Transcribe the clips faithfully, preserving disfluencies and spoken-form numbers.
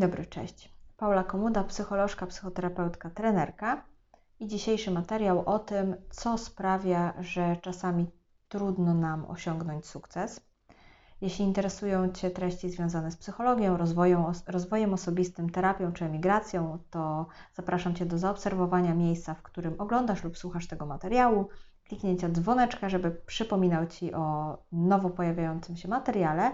dobry, cześć. Paula Komuda, psycholożka, psychoterapeutka, trenerka i dzisiejszy materiał o tym, co sprawia, że czasami trudno nam osiągnąć sukces. Jeśli interesują Cię treści związane z psychologią, rozwojem, rozwojem osobistym, terapią czy emigracją, to zapraszam Cię do zaobserwowania miejsca, w którym oglądasz lub słuchasz tego materiału, kliknięcia dzwoneczka, żeby przypominał Ci o nowo pojawiającym się materiale.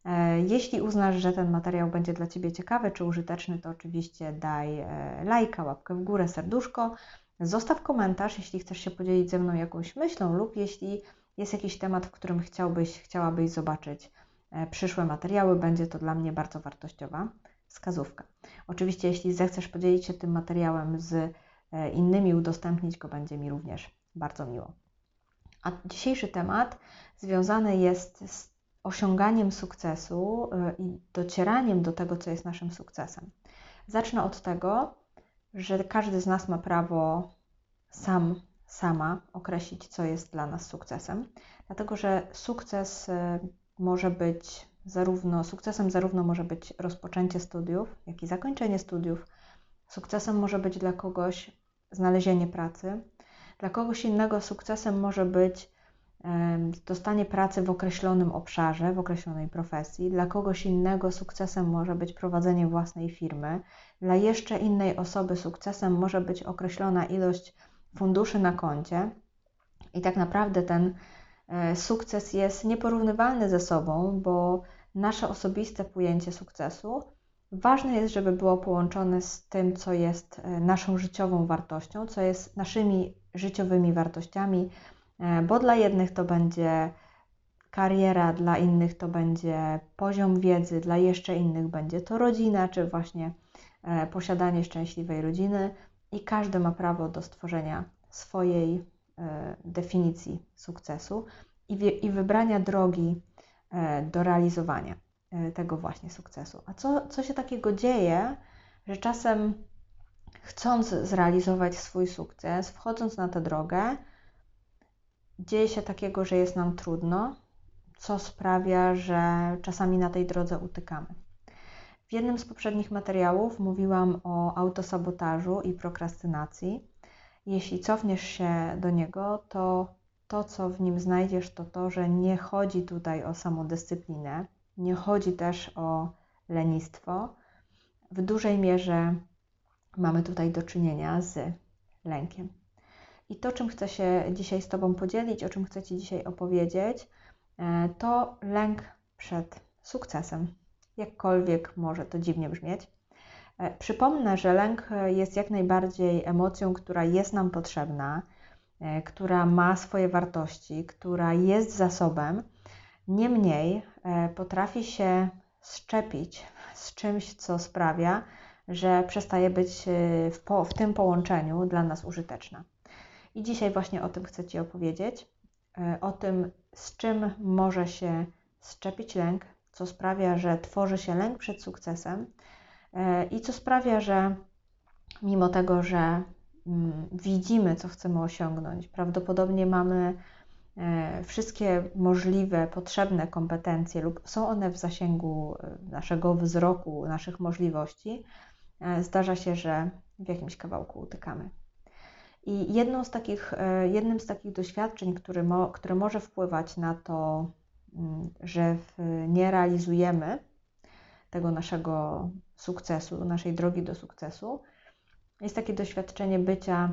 Jeśli uznasz, że ten materiał będzie dla Ciebie ciekawy czy użyteczny, to oczywiście daj lajka, łapkę w górę, serduszko, zostaw komentarz, jeśli chcesz się podzielić ze mną jakąś myślą lub jeśli jest jakiś temat, w którym chciałbyś, chciałabyś zobaczyć przyszłe materiały, będzie to dla mnie bardzo wartościowa wskazówka. Oczywiście, jeśli zechcesz podzielić się tym materiałem z innymi, udostępnić go, będzie mi również bardzo miło. A dzisiejszy temat związany jest z osiąganiem sukcesu i docieraniem do tego, co jest naszym sukcesem. Zacznę od tego, że każdy z nas ma prawo sam, sama określić, co jest dla nas sukcesem, dlatego że sukces może być zarówno, sukcesem zarówno może być rozpoczęcie studiów, jak i zakończenie studiów. Sukcesem może być dla kogoś znalezienie pracy, dla kogoś innego sukcesem może być dostanie pracy w określonym obszarze, w określonej profesji. Dla kogoś innego sukcesem może być prowadzenie własnej firmy. Dla jeszcze innej osoby sukcesem może być określona ilość funduszy na koncie. I tak naprawdę ten sukces jest nieporównywalny ze sobą, bo nasze osobiste pojęcie sukcesu ważne jest, żeby było połączone z tym, co jest naszą życiową wartością, co jest naszymi życiowymi wartościami, bo dla jednych to będzie kariera, dla innych to będzie poziom wiedzy, dla jeszcze innych będzie to rodzina, czy właśnie posiadanie szczęśliwej rodziny i każdy ma prawo do stworzenia swojej definicji sukcesu i, i wybrania drogi do realizowania tego właśnie sukcesu. A co, co się takiego dzieje, że czasem chcąc zrealizować swój sukces, wchodząc na tę drogę, dzieje się takiego, że jest nam trudno, co sprawia, że czasami na tej drodze utykamy. W jednym z poprzednich materiałów mówiłam o autosabotażu i prokrastynacji. Jeśli cofniesz się do niego, to to, co w nim znajdziesz, to to, że nie chodzi tutaj o samodyscyplinę, nie chodzi też o lenistwo. W dużej mierze mamy tutaj do czynienia z lękiem. I to, czym chcę się dzisiaj z Tobą podzielić, o czym chcę Ci dzisiaj opowiedzieć, to lęk przed sukcesem. Jakkolwiek może to dziwnie brzmieć. Przypomnę, że lęk jest jak najbardziej emocją, która jest nam potrzebna, która ma swoje wartości, która jest zasobem. Niemniej potrafi się szczepić z czymś, co sprawia, że przestaje być w, po, w tym połączeniu dla nas użyteczna. I dzisiaj właśnie o tym chcę Ci opowiedzieć, o tym, z czym może się szczepić lęk, co sprawia, że tworzy się lęk przed sukcesem i co sprawia, że mimo tego, że widzimy, co chcemy osiągnąć, prawdopodobnie mamy wszystkie możliwe, potrzebne kompetencje lub są one w zasięgu naszego wzroku, naszych możliwości, zdarza się, że w jakimś kawałku utykamy. I jedną z takich, jednym z takich doświadczeń, który mo, które może wpływać na to, że nie realizujemy tego naszego sukcesu, naszej drogi do sukcesu, jest takie doświadczenie bycia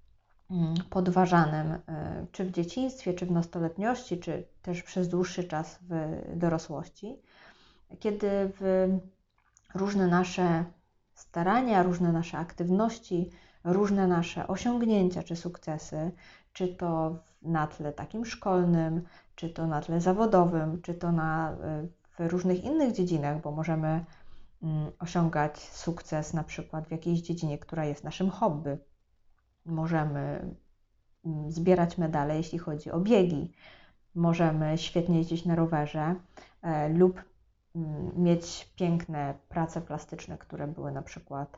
podważanym, czy w dzieciństwie, czy w nastoletniości, czy też przez dłuższy czas w dorosłości, kiedy w różne nasze starania, różne nasze aktywności, różne nasze osiągnięcia czy sukcesy, czy to na tle takim szkolnym, czy to na tle zawodowym, czy to na, w różnych innych dziedzinach, bo możemy osiągać sukces na przykład w jakiejś dziedzinie, która jest naszym hobby. Możemy zbierać medale, jeśli chodzi o biegi. Możemy świetnie jeździć na rowerze e, lub m, mieć piękne prace plastyczne, które były na przykład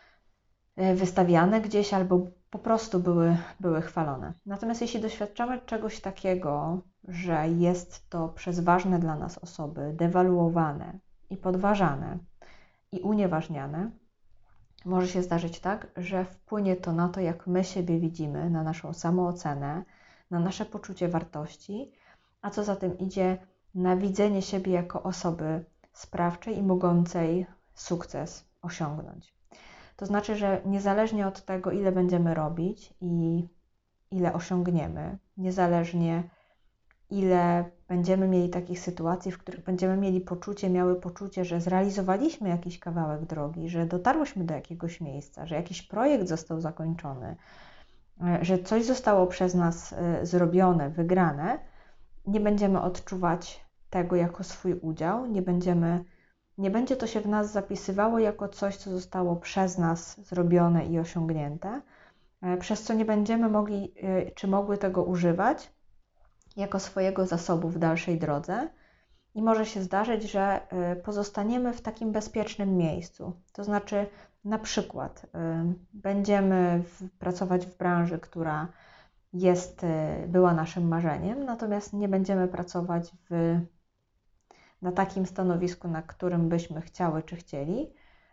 wystawiane gdzieś albo po prostu były, były chwalone. Natomiast jeśli doświadczamy czegoś takiego, że jest to przez ważne dla nas osoby dewaluowane i podważane, i unieważniane, może się zdarzyć tak, że wpłynie to na to, jak my siebie widzimy, na naszą samoocenę, na nasze poczucie wartości, a co za tym idzie, na widzenie siebie jako osoby sprawczej i mogącej sukces osiągnąć. To znaczy, że niezależnie od tego, ile będziemy robić i ile osiągniemy, niezależnie ile będziemy mieli takich sytuacji, w których będziemy mieli poczucie, miały poczucie, że zrealizowaliśmy jakiś kawałek drogi, że dotarłyśmy do jakiegoś miejsca, że jakiś projekt został zakończony, że coś zostało przez nas zrobione, wygrane, nie będziemy odczuwać tego jako swój udział, nie będziemy, nie będzie to się w nas zapisywało jako coś, co zostało przez nas zrobione i osiągnięte, przez co nie będziemy mogli czy mogły tego używać jako swojego zasobu w dalszej drodze i może się zdarzyć, że pozostaniemy w takim bezpiecznym miejscu. To znaczy, na przykład będziemy pracować w branży, która jest, była naszym marzeniem, natomiast nie będziemy pracować w, na takim stanowisku, na którym byśmy chciały czy chcieli,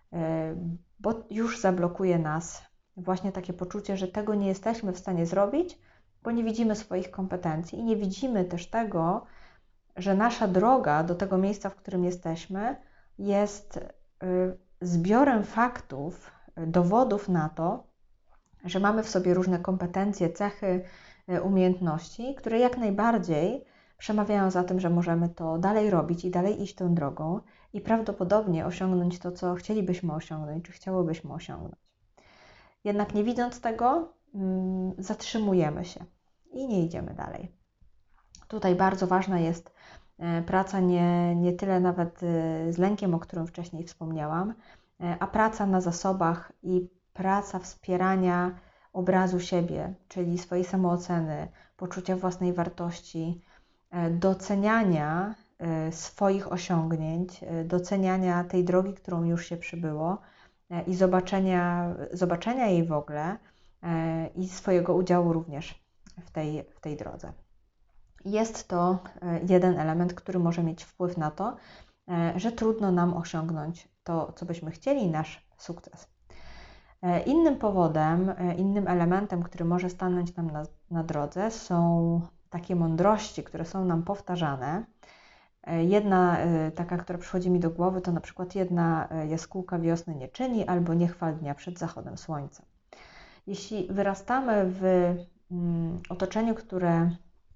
bo już zablokuje nas właśnie takie poczucie, że tego nie jesteśmy w stanie zrobić, bo nie widzimy swoich kompetencji i nie widzimy też tego, że nasza droga do tego miejsca, w którym jesteśmy, jest zbiorem faktów, dowodów na to, że mamy w sobie różne kompetencje, cechy, umiejętności, które jak najbardziej przemawiają za tym, że możemy to dalej robić i dalej iść tą drogą i prawdopodobnie osiągnąć to, co chcielibyśmy osiągnąć, czy chciałybyśmy osiągnąć. Jednak nie widząc tego, zatrzymujemy się i nie idziemy dalej. Tutaj bardzo ważna jest praca nie, nie tyle nawet z lękiem, o którym wcześniej wspomniałam, a praca na zasobach i praca wspierania obrazu siebie, czyli swojej samooceny, poczucia własnej wartości, doceniania swoich osiągnięć, doceniania tej drogi, którą już się przybyło i zobaczenia, zobaczenia jej w ogóle i swojego udziału również w tej, w tej drodze. Jest to jeden element, który może mieć wpływ na to, że trudno nam osiągnąć to, co byśmy chcieli, nasz sukces. Innym powodem, innym elementem, który może stanąć nam na, na drodze, są takie mądrości, które są nam powtarzane. Jedna taka, która przychodzi mi do głowy, to na przykład jedna jaskółka wiosny nie czyni albo nie chwal dnia przed zachodem słońca. Jeśli wyrastamy w otoczeniu, które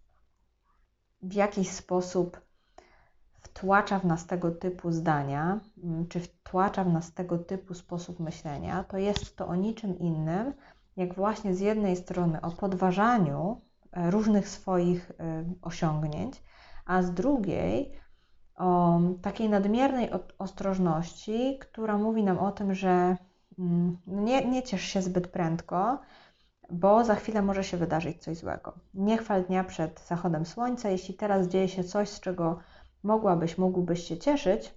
w jakiś sposób wtłacza w nas tego typu zdania, czy wtłacza w nas tego typu sposób myślenia, to jest to o niczym innym, jak właśnie z jednej strony o podważaniu różnych swoich osiągnięć, a z drugiej o takiej nadmiernej ostrożności, która mówi nam o tym, że nie, nie ciesz się zbyt prędko, bo za chwilę może się wydarzyć coś złego. Nie chwal dnia przed zachodem słońca. Jeśli teraz dzieje się coś, z czego mogłabyś, mógłbyś się cieszyć,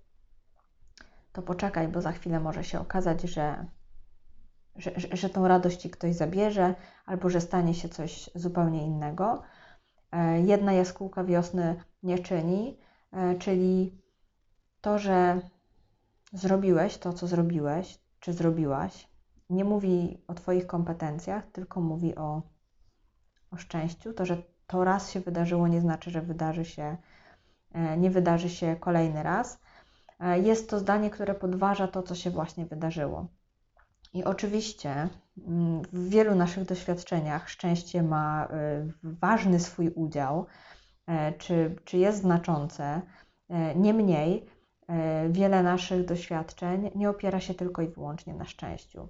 to poczekaj, bo za chwilę może się okazać, że, że, że, że tą radość ci ktoś zabierze, albo że stanie się coś zupełnie innego. Jedna jaskółka wiosny nie czyni, czyli to, że zrobiłeś to, co zrobiłeś, czy zrobiłaś, nie mówi o Twoich kompetencjach, tylko mówi o, o szczęściu. To, że to raz się wydarzyło, nie znaczy, że wydarzy się, nie wydarzy się kolejny raz. Jest to zdanie, które podważa to, co się właśnie wydarzyło. I oczywiście w wielu naszych doświadczeniach szczęście ma ważny swój udział, czy, czy jest znaczące. Niemniej wiele naszych doświadczeń nie opiera się tylko i wyłącznie na szczęściu.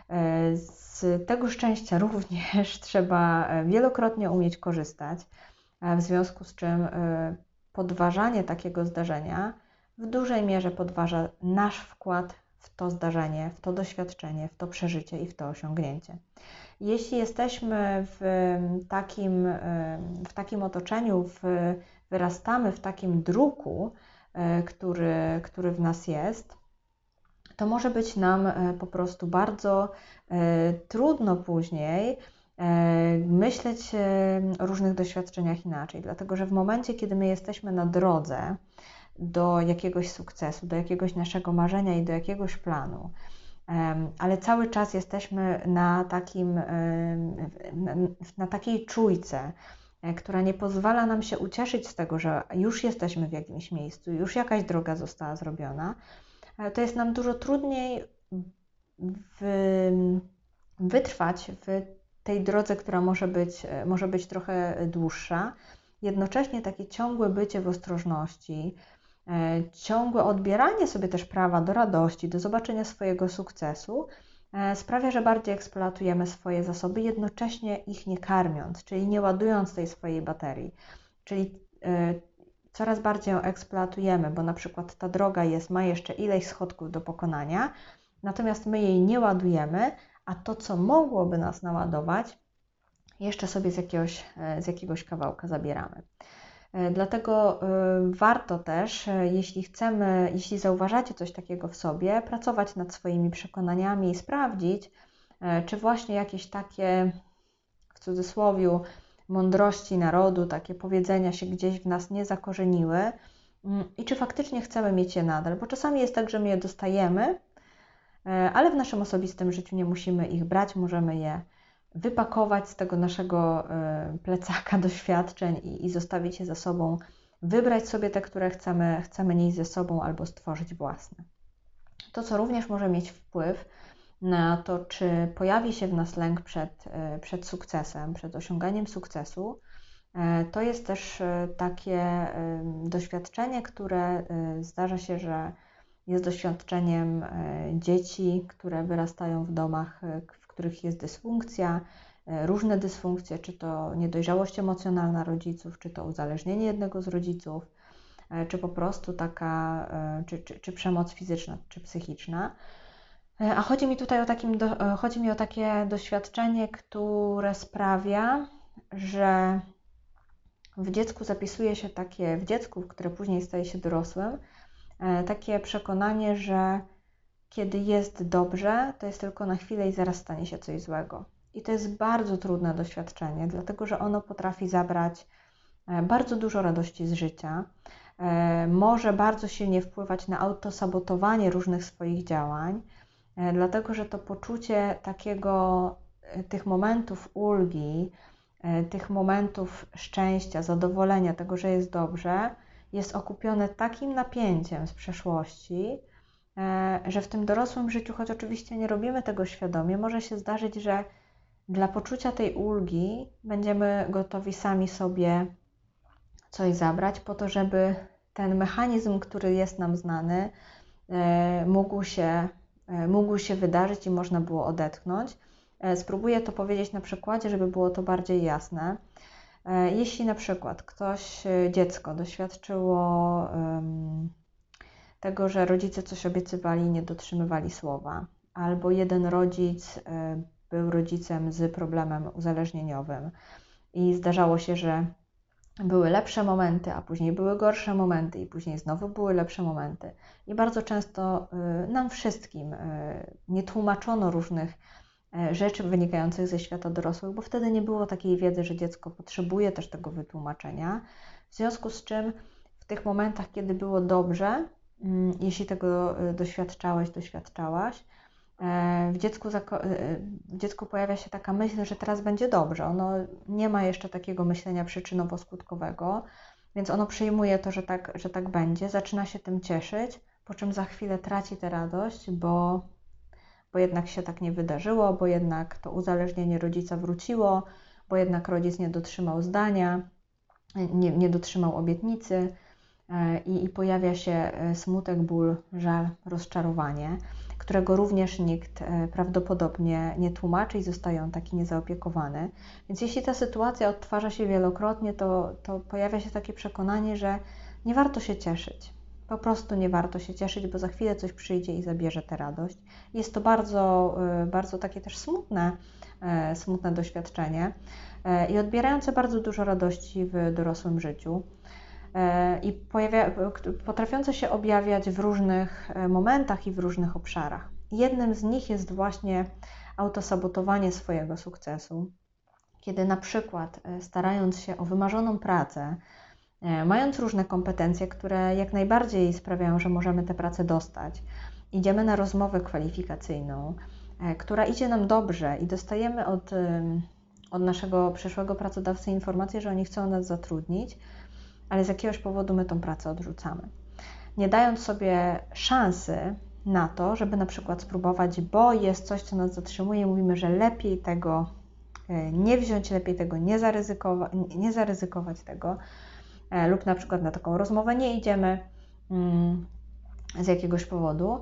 Z tego szczęścia również trzeba wielokrotnie umieć korzystać, w związku z czym podważanie takiego zdarzenia w dużej mierze podważa nasz wkład w to zdarzenie, w to doświadczenie, w to przeżycie i w to osiągnięcie. Jeśli jesteśmy w takim, w takim otoczeniu, w, wyrastamy w takim druku, który, który w nas jest, to może być nam po prostu bardzo trudno później myśleć o różnych doświadczeniach inaczej, dlatego że w momencie, kiedy my jesteśmy na drodze do jakiegoś sukcesu, do jakiegoś naszego marzenia i do jakiegoś planu, ale cały czas jesteśmy na takim, na takiej czujce, która nie pozwala nam się ucieszyć z tego, że już jesteśmy w jakimś miejscu, już jakaś droga została zrobiona, to jest nam dużo trudniej w, wytrwać w tej drodze, która może być, może być trochę dłuższa. Jednocześnie takie ciągłe bycie w ostrożności, ciągłe odbieranie sobie też prawa do radości, do zobaczenia swojego sukcesu sprawia, że bardziej eksploatujemy swoje zasoby, jednocześnie ich nie karmiąc, czyli nie ładując tej swojej baterii. Czyli coraz bardziej ją eksploatujemy, bo na przykład ta droga jest, ma jeszcze ileś schodków do pokonania, natomiast my jej nie ładujemy, a to, co mogłoby nas naładować, jeszcze sobie z jakiegoś, z jakiegoś kawałka zabieramy. Dlatego warto też, jeśli chcemy, jeśli zauważacie coś takiego w sobie, pracować nad swoimi przekonaniami i sprawdzić, czy właśnie jakieś takie, w cudzysłowie, mądrości narodu, takie powiedzenia się gdzieś w nas nie zakorzeniły i czy faktycznie chcemy mieć je nadal, bo czasami jest tak, że my je dostajemy, ale w naszym osobistym życiu nie musimy ich brać, możemy je wypakować z tego naszego plecaka doświadczeń i, i zostawić je za sobą, wybrać sobie te, które chcemy, chcemy nieść ze sobą albo stworzyć własne. To, co również może mieć wpływ na to, czy pojawi się w nas lęk przed, przed sukcesem, przed osiąganiem sukcesu, to jest też takie doświadczenie, które zdarza się, że jest doświadczeniem dzieci, które wyrastają w domach, w których jest dysfunkcja, różne dysfunkcje, czy to niedojrzałość emocjonalna rodziców, czy to uzależnienie jednego z rodziców, czy po prostu taka, czy, czy, czy przemoc fizyczna, czy psychiczna. A chodzi mi tutaj o, takim do, chodzi mi o takie doświadczenie, które sprawia, że w dziecku zapisuje się takie, w dziecku, które później staje się dorosłym, takie przekonanie, że kiedy jest dobrze, to jest tylko na chwilę i zaraz stanie się coś złego. I to jest bardzo trudne doświadczenie, dlatego że ono potrafi zabrać bardzo dużo radości z życia, może bardzo silnie wpływać na autosabotowanie różnych swoich działań, dlatego że to poczucie takiego, tych momentów ulgi, tych momentów szczęścia, zadowolenia, tego, że jest dobrze, jest okupione takim napięciem z przeszłości, że w tym dorosłym życiu, choć oczywiście nie robimy tego świadomie, może się zdarzyć, że dla poczucia tej ulgi będziemy gotowi sami sobie coś zabrać po to, żeby ten mechanizm, który jest nam znany, mógł się, mógł się wydarzyć i można było odetchnąć. Spróbuję to powiedzieć na przykładzie, żeby było to bardziej jasne. Jeśli na przykład ktoś, dziecko doświadczyło um, tego, że rodzice coś obiecywali i nie dotrzymywali słowa, albo jeden rodzic y, był rodzicem z problemem uzależnieniowym i zdarzało się, że były lepsze momenty, a później były gorsze momenty i później znowu były lepsze momenty. I bardzo często y, nam wszystkim y, nie tłumaczono różnych rzeczy wynikających ze świata dorosłych, bo wtedy nie było takiej wiedzy, że dziecko potrzebuje też tego wytłumaczenia. W związku z czym w tych momentach, kiedy było dobrze, jeśli tego doświadczałeś, doświadczałaś, w dziecku, w dziecku pojawia się taka myśl, że teraz będzie dobrze. Ono nie ma jeszcze takiego myślenia przyczynowo-skutkowego, więc ono przyjmuje to, że tak, że tak będzie, zaczyna się tym cieszyć, po czym za chwilę traci tę radość, bo bo jednak się tak nie wydarzyło, bo jednak to uzależnienie rodzica wróciło, bo jednak rodzic nie dotrzymał zdania, nie, nie dotrzymał obietnicy i, i pojawia się smutek, ból, żal, rozczarowanie, którego również nikt prawdopodobnie nie tłumaczy i zostaje on taki niezaopiekowany. Więc jeśli ta sytuacja odtwarza się wielokrotnie, to, to pojawia się takie przekonanie, że nie warto się cieszyć. Po prostu nie warto się cieszyć, bo za chwilę coś przyjdzie i zabierze tę radość. Jest to bardzo, bardzo takie też smutne, smutne doświadczenie i odbierające bardzo dużo radości w dorosłym życiu i pojawia, potrafiące się objawiać w różnych momentach i w różnych obszarach. Jednym z nich jest właśnie autosabotowanie swojego sukcesu, kiedy na przykład starając się o wymarzoną pracę, Mając różne kompetencje, które jak najbardziej sprawiają, że możemy tę pracę dostać, idziemy na rozmowę kwalifikacyjną, która idzie nam dobrze i dostajemy od, od naszego przyszłego pracodawcy informację, że oni chcą nas zatrudnić, ale z jakiegoś powodu my tą pracę odrzucamy. Nie dając sobie szansy na to, żeby na przykład spróbować, bo jest coś, co nas zatrzymuje, mówimy, że lepiej tego nie wziąć, lepiej tego nie zaryzykować, nie zaryzykować tego, lub na przykład na taką rozmowę nie idziemy z jakiegoś powodu.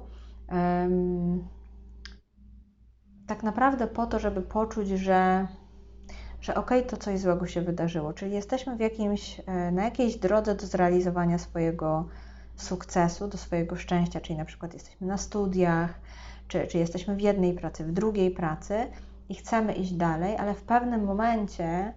Tak naprawdę po to, żeby poczuć, że, że okej, okay, to coś złego się wydarzyło, czyli jesteśmy w jakimś, na jakiejś drodze do zrealizowania swojego sukcesu, do swojego szczęścia, czyli na przykład jesteśmy na studiach, czy, czy jesteśmy w jednej pracy, w drugiej pracy i chcemy iść dalej, ale w pewnym momencie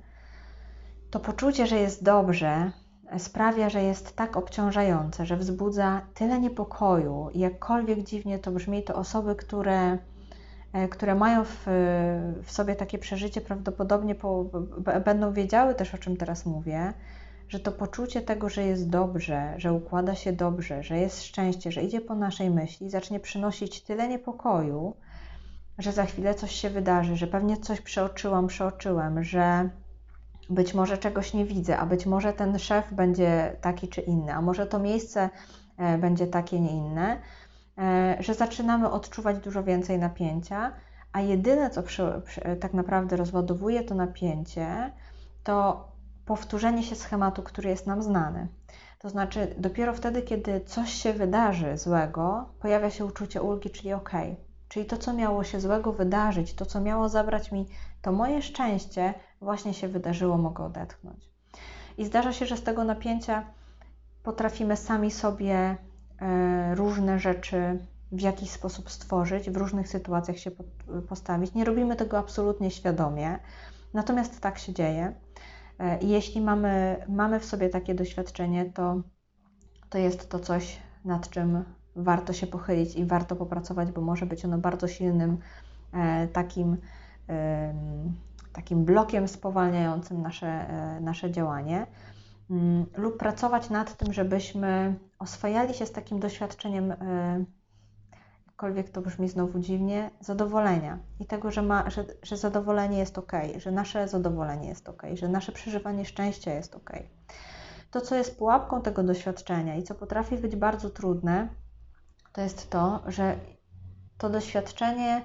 to poczucie, że jest dobrze, sprawia, że jest tak obciążające, że wzbudza tyle niepokoju i jakkolwiek dziwnie to brzmi, to osoby, które, które mają w, w sobie takie przeżycie, prawdopodobnie po, b, będą wiedziały też, o czym teraz mówię, że to poczucie tego, że jest dobrze, że układa się dobrze, że jest szczęście, że idzie po naszej myśli, zacznie przynosić tyle niepokoju, że za chwilę coś się wydarzy, że pewnie coś przeoczyłam, przeoczyłem, że być może czegoś nie widzę, a być może ten szef będzie taki czy inny, a może to miejsce będzie takie, nie inne, że zaczynamy odczuwać dużo więcej napięcia, a jedyne, co przy, przy, tak naprawdę rozładowuje to napięcie, to powtórzenie się schematu, który jest nam znany. To znaczy dopiero wtedy, kiedy coś się wydarzy złego, pojawia się uczucie ulgi, czyli okej. Okay. Czyli to, co miało się złego wydarzyć, to, co miało zabrać mi to moje szczęście, właśnie się wydarzyło, mogę odetchnąć. I zdarza się, że z tego napięcia potrafimy sami sobie e, różne rzeczy w jakiś sposób stworzyć, w różnych sytuacjach się postawić. Nie robimy tego absolutnie świadomie, natomiast tak się dzieje. E, I jeśli mamy, mamy w sobie takie doświadczenie, to, to jest to coś, nad czym warto się pochylić i warto popracować, bo może być ono bardzo silnym e, takim, e, takim blokiem spowalniającym nasze, e, nasze działanie mm, lub pracować nad tym, żebyśmy oswajali się z takim doświadczeniem, e, jakkolwiek to brzmi znowu dziwnie, zadowolenia i tego, że, ma, że, że zadowolenie jest ok, że nasze zadowolenie jest ok, że nasze przeżywanie szczęścia jest ok. To, co jest pułapką tego doświadczenia i co potrafi być bardzo trudne, to jest to, że to doświadczenie,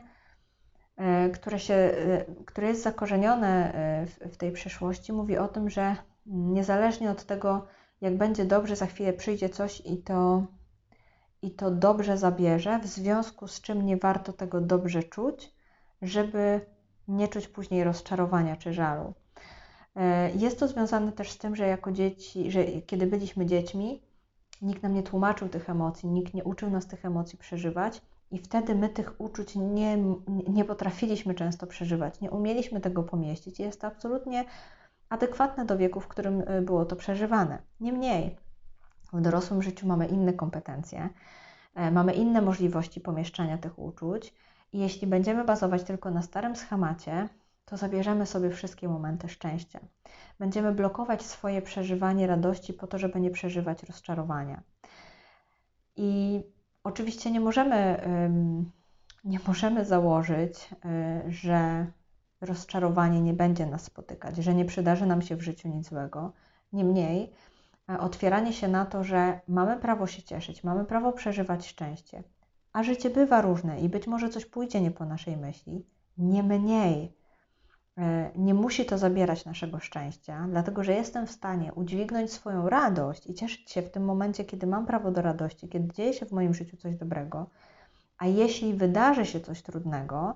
które, się, które jest zakorzenione w, w tej przeszłości, mówi o tym, że niezależnie od tego, jak będzie dobrze, za chwilę przyjdzie coś i to, i to dobrze zabierze, w związku z czym nie warto tego dobrze czuć, żeby nie czuć później rozczarowania czy żalu. Jest to związane też z tym, że jako dzieci, że kiedy byliśmy dziećmi, nikt nam nie tłumaczył tych emocji, nikt nie uczył nas tych emocji przeżywać i wtedy my tych uczuć nie, nie potrafiliśmy często przeżywać, nie umieliśmy tego pomieścić. Jest to absolutnie adekwatne do wieku, w którym było to przeżywane. Niemniej w dorosłym życiu mamy inne kompetencje, mamy inne możliwości pomieszczania tych uczuć i jeśli będziemy bazować tylko na starym schemacie, to zabierzemy sobie wszystkie momenty szczęścia. Będziemy blokować swoje przeżywanie radości po to, żeby nie przeżywać rozczarowania. I oczywiście nie możemy, nie możemy założyć, że rozczarowanie nie będzie nas spotykać, że nie przydarzy nam się w życiu nic złego. Niemniej otwieranie się na to, że mamy prawo się cieszyć, mamy prawo przeżywać szczęście, a życie bywa różne i być może coś pójdzie nie po naszej myśli, nie mniej. Nie musi to zabierać naszego szczęścia, dlatego że jestem w stanie udźwignąć swoją radość i cieszyć się w tym momencie, kiedy mam prawo do radości, kiedy dzieje się w moim życiu coś dobrego, a jeśli wydarzy się coś trudnego,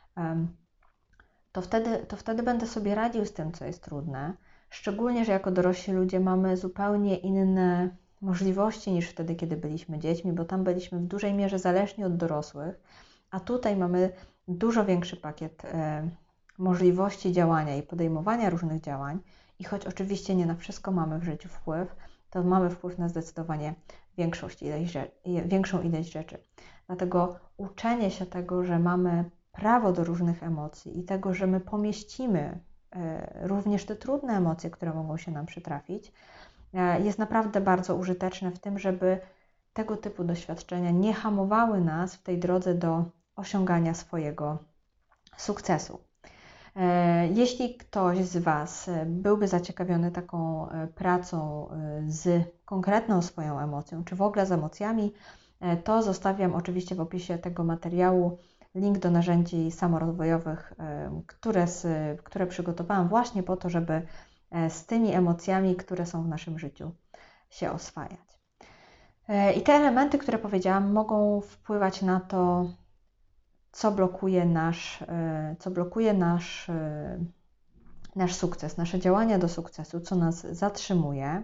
to wtedy, to wtedy będę sobie radził z tym, co jest trudne, szczególnie, że jako dorośli ludzie mamy zupełnie inne możliwości niż wtedy, kiedy byliśmy dziećmi, bo tam byliśmy w dużej mierze zależni od dorosłych, a tutaj mamy dużo większy pakiet możliwości działania i podejmowania różnych działań i choć oczywiście nie na wszystko mamy w życiu wpływ, to mamy wpływ na zdecydowanie większość ileś rzeczy, większą ilość rzeczy. Dlatego uczenie się tego, że mamy prawo do różnych emocji i tego, że my pomieścimy również te trudne emocje, które mogą się nam przytrafić, jest naprawdę bardzo użyteczne w tym, żeby tego typu doświadczenia nie hamowały nas w tej drodze do osiągania swojego sukcesu. Jeśli ktoś z Was byłby zaciekawiony taką pracą z konkretną swoją emocją, czy w ogóle z emocjami, to zostawiam oczywiście w opisie tego materiału link do narzędzi samorozwojowych, które, z, które przygotowałam właśnie po to, żeby z tymi emocjami, które są w naszym życiu, się oswajać. I te elementy, które powiedziałam, mogą wpływać na to, co blokuje nasz, co blokuje nasz, nasz sukces, nasze działania do sukcesu, co nas zatrzymuje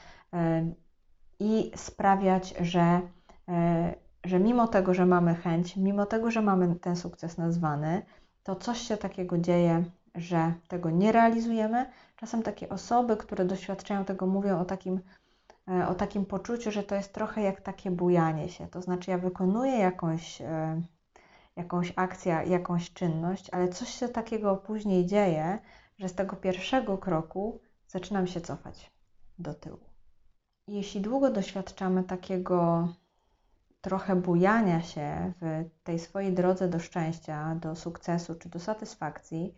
i sprawiać, że, że mimo tego, że mamy chęć, mimo tego, że mamy ten sukces nazwany, to coś się takiego dzieje, że tego nie realizujemy. Czasem takie osoby, które doświadczają tego, mówią o takim, o takim poczuciu, że to jest trochę jak takie bujanie się. To znaczy ja wykonuję jakąś jakąś akcję, jakąś czynność, ale coś się takiego później dzieje, że z tego pierwszego kroku zaczynam się cofać do tyłu. Jeśli długo doświadczamy takiego trochę bujania się w tej swojej drodze do szczęścia, do sukcesu czy do satysfakcji,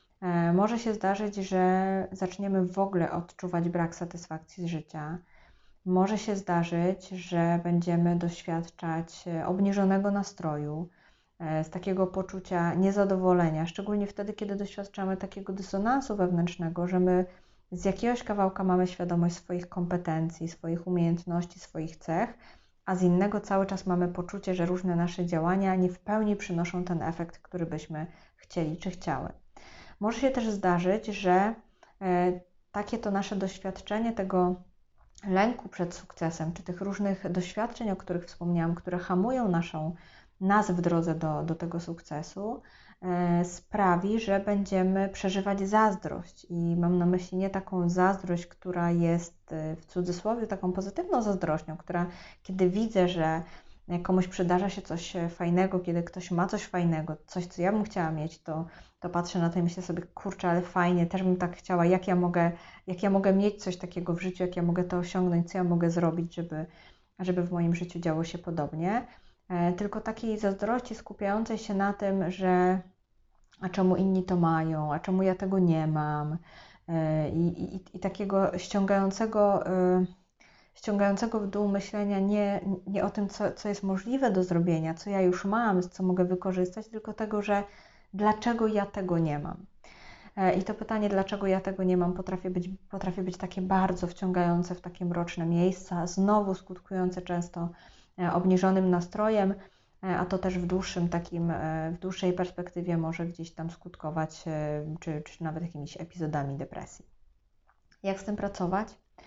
e, może się zdarzyć, że zaczniemy w ogóle odczuwać brak satysfakcji z życia. Może się zdarzyć, że będziemy doświadczać obniżonego nastroju, z takiego poczucia niezadowolenia, szczególnie wtedy, kiedy doświadczamy takiego dysonansu wewnętrznego, że my z jakiegoś kawałka mamy świadomość swoich kompetencji, swoich umiejętności, swoich cech, a z innego cały czas mamy poczucie, że różne nasze działania nie w pełni przynoszą ten efekt, który byśmy chcieli czy chciały. Może się też zdarzyć, że e, takie to nasze doświadczenie tego lęku przed sukcesem, czy tych różnych doświadczeń, o których wspomniałam, które hamują naszą nas w drodze do, do tego sukcesu, e, sprawi, że będziemy przeżywać zazdrość. I mam na myśli nie taką zazdrość, która jest w cudzysłowie taką pozytywną zazdrością, która kiedy widzę, że komuś przydarza się coś fajnego, kiedy ktoś ma coś fajnego, coś, co ja bym chciała mieć, to, to patrzę na to i myślę sobie, kurczę, ale fajnie, też bym tak chciała, jak ja mogę, jak ja mogę mieć coś takiego w życiu, jak ja mogę to osiągnąć, co ja mogę zrobić, żeby, żeby w moim życiu działo się podobnie. Tylko takiej zazdrości skupiającej się na tym, że a czemu inni to mają, a czemu ja tego nie mam i, i, i takiego ściągającego, ściągającego w dół myślenia nie, nie o tym, co, co jest możliwe do zrobienia, co ja już mam, co mogę wykorzystać, tylko tego, że dlaczego ja tego nie mam. I to pytanie, dlaczego ja tego nie mam, potrafi być, potrafi być takie bardzo wciągające w takie mroczne miejsca, znowu skutkujące często obniżonym nastrojem, a to też w dłuższym takim, w dłuższej perspektywie może gdzieś tam skutkować, czy, czy nawet jakimiś epizodami depresji. Jak z tym pracować?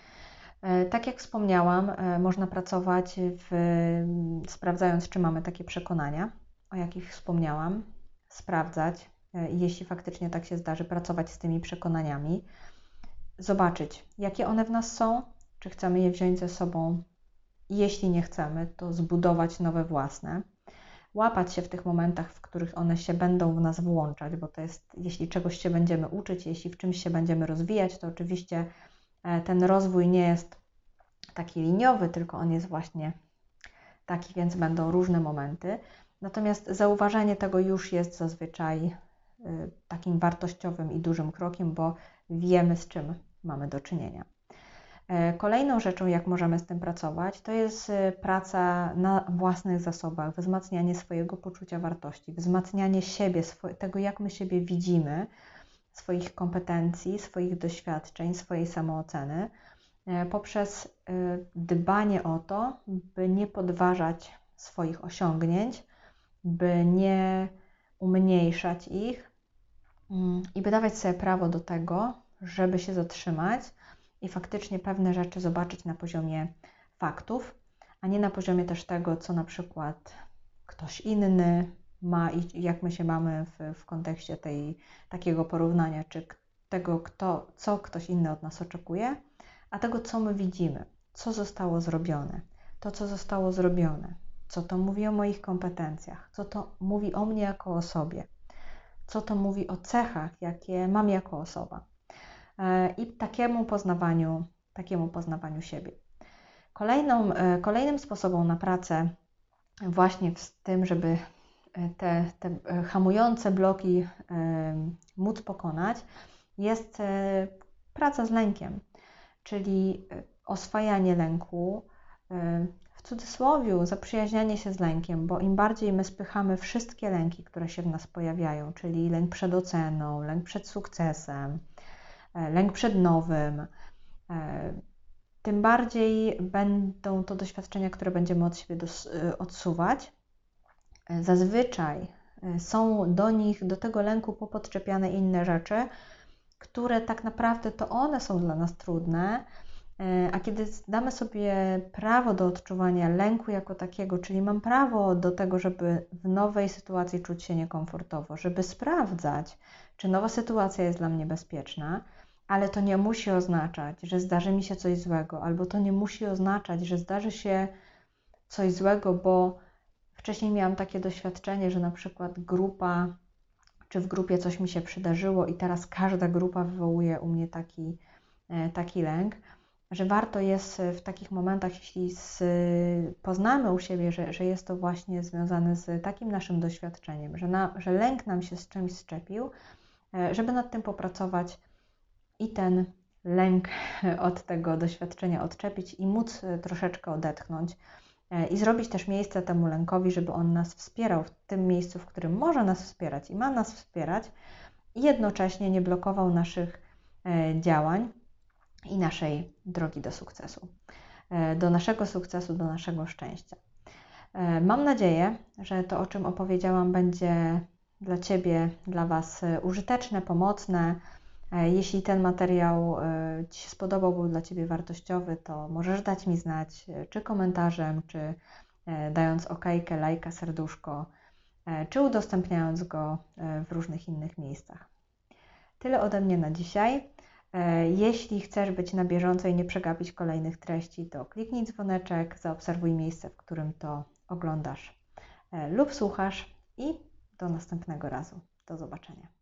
Tak jak wspomniałam, można pracować w, sprawdzając, czy mamy takie przekonania, o jakich wspomniałam, sprawdzać, jeśli faktycznie tak się zdarzy, pracować z tymi przekonaniami, zobaczyć, jakie one w nas są, czy chcemy je wziąć ze sobą. Jeśli nie chcemy, to zbudować nowe własne. Łapać się w tych momentach, w których one się będą w nas włączać, bo to jest, jeśli czegoś się będziemy uczyć, jeśli w czymś się będziemy rozwijać, to oczywiście ten rozwój nie jest taki liniowy, tylko on jest właśnie taki, więc będą różne momenty. Natomiast zauważenie tego już jest zazwyczaj takim wartościowym i dużym krokiem, bo wiemy, z czym mamy do czynienia. Kolejną rzeczą, jak możemy z tym pracować, to jest praca na własnych zasobach, wzmacnianie swojego poczucia wartości, wzmacnianie siebie, tego, jak my siebie widzimy, swoich kompetencji, swoich doświadczeń, swojej samooceny, poprzez dbanie o to, by nie podważać swoich osiągnięć, by nie umniejszać ich i by dawać sobie prawo do tego, żeby się zatrzymać i faktycznie pewne rzeczy zobaczyć na poziomie faktów, a nie na poziomie też tego, co na przykład ktoś inny ma i jak my się mamy w, w kontekście tej, takiego porównania, czy tego, kto, co ktoś inny od nas oczekuje, a tego, co my widzimy, co zostało zrobione, to, co zostało zrobione, co to mówi o moich kompetencjach, co to mówi o mnie jako osobie, co to mówi o cechach, jakie mam jako osoba. I takiemu poznawaniu takiemu poznawaniu siebie. Kolejną, kolejnym sposobem na pracę właśnie z tym, żeby te, te hamujące bloki móc pokonać, jest praca z lękiem, czyli oswajanie lęku, w cudzysłowie zaprzyjaźnianie się z lękiem, bo im bardziej my spychamy wszystkie lęki, które się w nas pojawiają, czyli lęk przed oceną, lęk przed sukcesem, lęk przed nowym, tym bardziej będą to doświadczenia, które będziemy od siebie odsuwać. Zazwyczaj są do nich, do tego lęku popodczepiane inne rzeczy, które tak naprawdę to one są dla nas trudne, a kiedy damy sobie prawo do odczuwania lęku jako takiego, czyli mam prawo do tego, żeby w nowej sytuacji czuć się niekomfortowo, żeby sprawdzać, czy nowa sytuacja jest dla mnie bezpieczna, ale to nie musi oznaczać, że zdarzy mi się coś złego, albo to nie musi oznaczać, że zdarzy się coś złego, bo wcześniej miałam takie doświadczenie, że na przykład grupa, czy w grupie coś mi się przydarzyło i teraz każda grupa wywołuje u mnie taki, taki lęk, że warto jest w takich momentach, jeśli z, poznamy u siebie, że, że jest to właśnie związane z takim naszym doświadczeniem, że, na, że lęk nam się z czymś szczepił, żeby nad tym popracować i ten lęk od tego doświadczenia odczepić i móc troszeczkę odetchnąć i zrobić też miejsce temu lękowi, żeby on nas wspierał w tym miejscu, w którym może nas wspierać i ma nas wspierać i jednocześnie nie blokował naszych działań i naszej drogi do sukcesu, do naszego sukcesu, do naszego szczęścia. Mam nadzieję, że to, o czym opowiedziałam, będzie dla Ciebie, dla Was użyteczne, pomocne. Jeśli ten materiał Ci się spodobał, był dla Ciebie wartościowy, to możesz dać mi znać, czy komentarzem, czy dając okejkę, lajka, serduszko, czy udostępniając go w różnych innych miejscach. Tyle ode mnie na dzisiaj. Jeśli chcesz być na bieżąco i nie przegapić kolejnych treści, to kliknij dzwoneczek, zaobserwuj miejsce, w którym to oglądasz lub słuchasz i do następnego razu. Do zobaczenia.